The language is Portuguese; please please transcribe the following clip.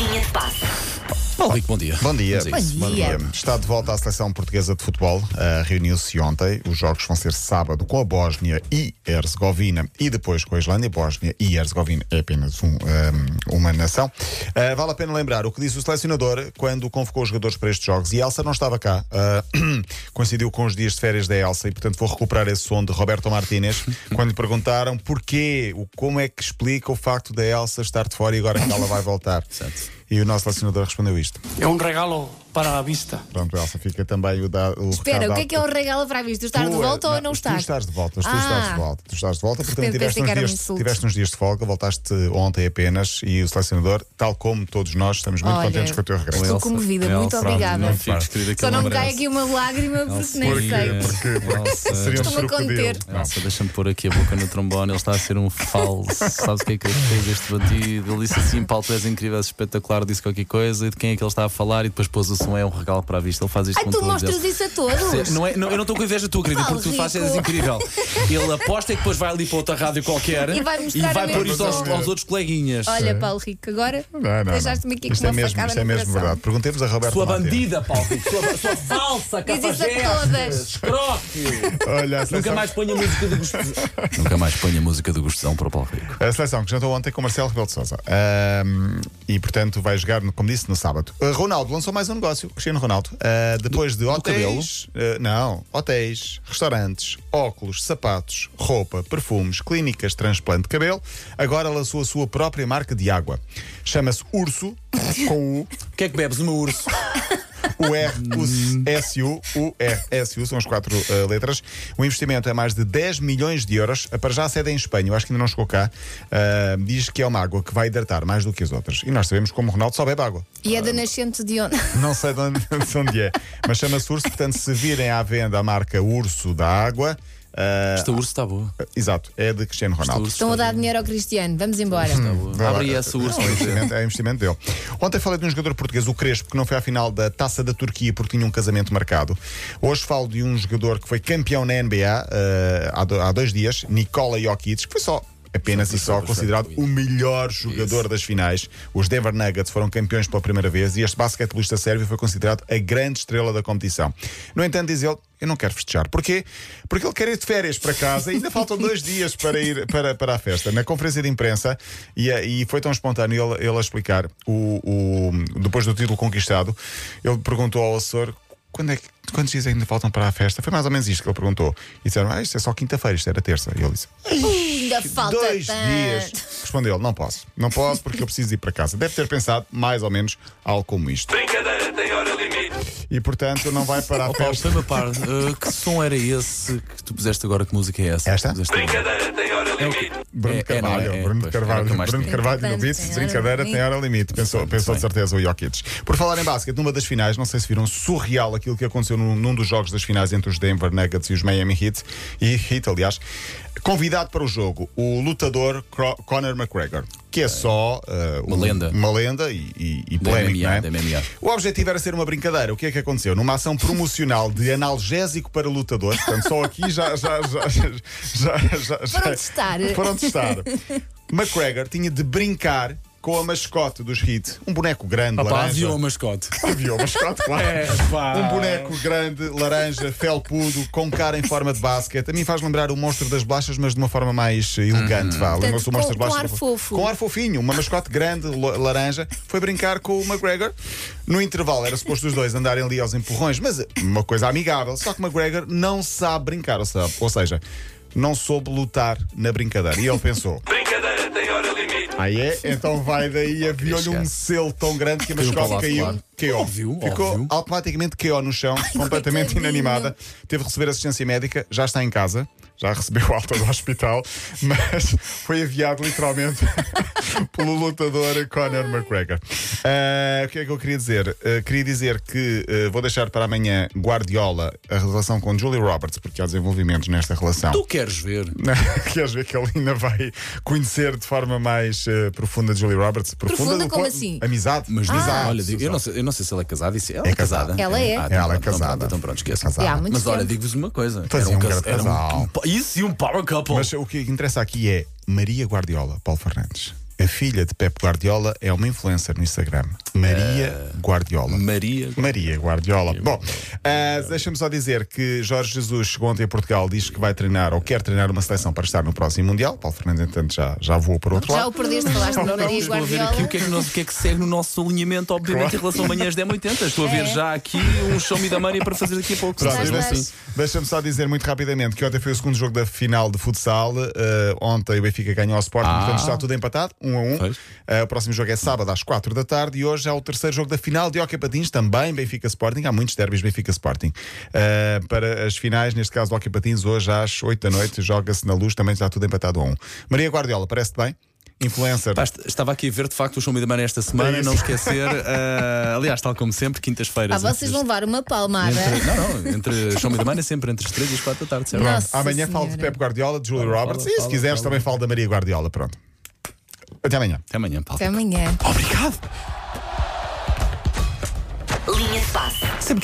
Linha de passe. Paulo Rico, bom dia. Bom dia. Bom dia. Está de volta à seleção portuguesa de futebol. Reuniu-se ontem. Os jogos vão ser sábado com a Bósnia e Herzegovina e depois com a Islândia. Bósnia e Herzegovina é apenas uma nação. Vale a pena lembrar o que disse o selecionador quando convocou os jogadores para estes jogos. E Elsa não estava cá. Coincidiu com os dias de férias da Elsa e, portanto, vou recuperar esse som de Roberto Martínez quando lhe perguntaram porquê, como é que explica o facto da Elsa estar de fora e agora que ela vai voltar. Certo. E o nosso selecionador respondeu isto. É um regalo para a vista. Pronto, Elsa, fica também o Espera, o recado que é o regalo para a vista? Tu estás de volta ou não Tu estás? estás de volta, tu estás de volta, portanto repente pensei que era um insulto. tiveste uns dias de folga, voltaste ontem apenas e o selecionador, tal como todos nós, estamos muito Olha, contentes com o teu regresso. Estou comovida, muito obrigada. Não fiques, querida, que Só ele não me merece. cai aqui uma lágrima porque nem sei. Porque seria um Estou-me a conter. crocodilo. Elsa, deixa-me pôr aqui a boca no trombone. Ele está a ser um falso. Sabes o que é que ele fez, este bandido? Ele disse assim: Paulo, tu és incrível, és espetacular. Disse qualquer coisa. E de quem é que ele está a falar? E depois pôs o som: é um regalo para a vista. Ele faz isto Ai, com tu todos mostras eles. isso a todos? Não, eu não estou com inveja tua, querida, Paulo porque tu fazes, és Rico. incrível. Ele aposta e depois vai ali para outra rádio qualquer E vai mostrar a pôr mesma isso aos som. outros coleguinhas. Olha, Paulo Rico, agora Não. deixaste-me aqui com Isto é uma mesmo, facada isto é no mesmo coração. verdade. Perguntemos a Roberto Sua Martínez. bandida, Paulo Rico, sua falsa, Diz isso a cafajeste, todas. escroque. Olha, a Nunca seleção, mais ponha música do gostosão. Nunca mais ponha música do gostosão para o Paulo Rico. a seleção que jantou ontem com Marcelo Rebelo de Sousa. E portanto vai jogar, como disse, no sábado. Ronaldo lançou mais um negócio, Cristiano Ronaldo. Depois de hotéis, hotéis, restaurantes, óculos, sapatos, roupa, perfumes, clínicas, transplante de cabelo, agora lançou a sua própria marca de água. Chama-se Urso, com O que é que bebes, meu urso? o R, o S-U, o R, S-U, são as 4 letras. O investimento é mais de 10 milhões de euros. Para já a sede é em Espanha, eu acho que ainda não chegou cá. Diz que é uma água que vai hidratar mais do que as outras. E nós sabemos como o Ronaldo só bebe água. E é da nascente de onde? Não sei de onde é, mas chama-se Urso. Portanto, se virem à venda a marca Urso da Água, Esta urso está boa. exato, é de Cristiano Ronaldo. Estão a dar dinheiro ao Cristiano. Vamos embora. Vai lá. Abre aí essa urso. É o investimento dele. Ontem falei de um jogador português, o Crespo, que não foi à final da Taça da Turquia porque tinha um casamento marcado. Hoje falo de um jogador que foi campeão na NBA há 2 dias, Nikola Jokic, que foi só apenas e só considerado o melhor jogador das finais. Os Denver Nuggets foram campeões pela primeira vez e este basquetebolista sérvio foi considerado a grande estrela da competição. No entanto, diz ele: eu não quero festejar. Porquê? Porque ele quer ir de férias para casa e ainda faltam 2 dias para ir para a festa. Na conferência de imprensa, e foi tão espontâneo ele a explicar, depois do título conquistado, ele perguntou ao assessor: quantos dias ainda faltam para a festa? Foi mais ou menos isto que ele perguntou. E disseram: isto é só quinta-feira, isto era terça. E ele disse: Ainda falta 2 tanto. dias. Respondeu ele: não posso porque eu preciso ir para casa. Deve ter pensado mais ou menos algo como isto. Brincadeira tem hora limite. E portanto não vai para a Paulo, festa. foi-me a par. Que som era esse que tu puseste agora? Que música é essa? Esta? Que puseste agora? Brincadeira tem hora limite. Bruno de Carvalho, não é? Bruno de Pois, Carvalho, era o que eu mais Bruno de tinha. Carvalho no beat, Tem hora brincadeira, limite. tem hora limite. Pensou de certeza o Jokic. Por falar em basquete, numa das finais, não sei se viram, surreal aquilo que aconteceu num dos jogos das finais entre os Denver Nuggets e os Miami Heat, aliás, convidado para o jogo, o lutador Conor McGregor, que é só Uma lenda e Da polémico, MMA, não é? da MMA. O objetivo era ser uma brincadeira. O que é que aconteceu? Numa ação promocional de analgésico para lutadores, portanto, só aqui já Foram testar. Foram testar. McGregor tinha de brincar com a mascote dos Heat, um boneco grande, Pá, laranja. aviou o mascote. Aviou a mascote, claro. Um boneco grande, laranja, felpudo, com cara em forma de basquete. A mim faz lembrar o Monstro das Bolachas, mas de uma forma mais elegante. Lembra-se do Monstro das com Bolachas? ar fofo. Com ar fofinho, uma mascote grande, laranja. Foi brincar com o McGregor. No intervalo era suposto os dois andarem ali aos empurrões, mas uma coisa amigável. Só que o McGregor não sabe brincar, ou seja, não soube lutar na brincadeira. E ele pensou: Brincadeira tem hora limite. então vai daí, havia-lhe um selo tão grande que a Caiu para o mascote lado, caiu. claro. KO. Óbvio. Ficou automaticamente KO no chão, completamente coitadinho. inanimada. Teve de receber assistência médica, já está em casa, já recebeu alta do hospital, mas foi aviado literalmente pelo lutador Conor McGregor. O que é que eu queria dizer? Queria dizer que vou deixar para amanhã Guardiola a relação com Julie Roberts, porque há desenvolvimentos nesta relação. Tu queres ver? Queres ver que ele ainda vai conhecer de forma mais profunda de Julie Roberts? Profunda do como ponto- assim? Amizade. Mas amizade. olha, digo, eu não sei se ela é casada. Ela é casada. Ela é. então Ela é pronto, casada. Então pronto, esquece. Casada. Há muito Mas olha, tempo. digo-vos uma coisa. Fazia um grande casal. Isso e um power couple. Mas o que interessa aqui é Maria Guardiola, Paulo Fernandes. A filha de Pep Guardiola é uma influencer no Instagram. Maria Guardiola. Maria Guardiola. Bom, deixa-me só dizer que Jorge Jesus chegou ontem a Portugal, diz que vai treinar ou quer treinar uma seleção para estar no próximo Mundial. Paulo Fernandes, entanto, já voou para o outro Já lado. o perdeste, falaste de Maria Estou a ver Guardiola. aqui o que é que segue no nosso alinhamento, obviamente, em relação a manhãs 10h80. Estou a ver já aqui um show me da money para fazer daqui a pouco. Pronto, Estás. deixa-me só dizer muito rapidamente que ontem foi o segundo jogo da final de futsal. Ontem o Benfica ganhou ao Sporting, portanto está tudo empatado, 1-1. Pois. O próximo jogo é sábado às 4 da tarde e hoje é o terceiro jogo da final de Hóquei Patins, também Benfica Sporting. Há muitos derbys Benfica Sporting. Para as finais, neste caso do Hóquei Patins, hoje às 8 da noite, joga-se na Luz, também está tudo empatado a 1. Maria Guardiola, parece-te bem? Influencer. Estava aqui a ver de facto o show me da money esta semana, não esquecer. Aliás, tal como sempre, quintas-feiras. Vocês vão levar uma palmada. Entre show me da money é sempre entre as 3 e as 4 da tarde, certo? Nossa Amanhã falo de Senhora. Pep Guardiola, de Julia Fala, Roberts fala, e se quiseres fala. também falo da Maria Guardiola. Pronto. Até amanhã. Até amanhã, Paulo. Até amanhã. Obrigado. Linha de passe.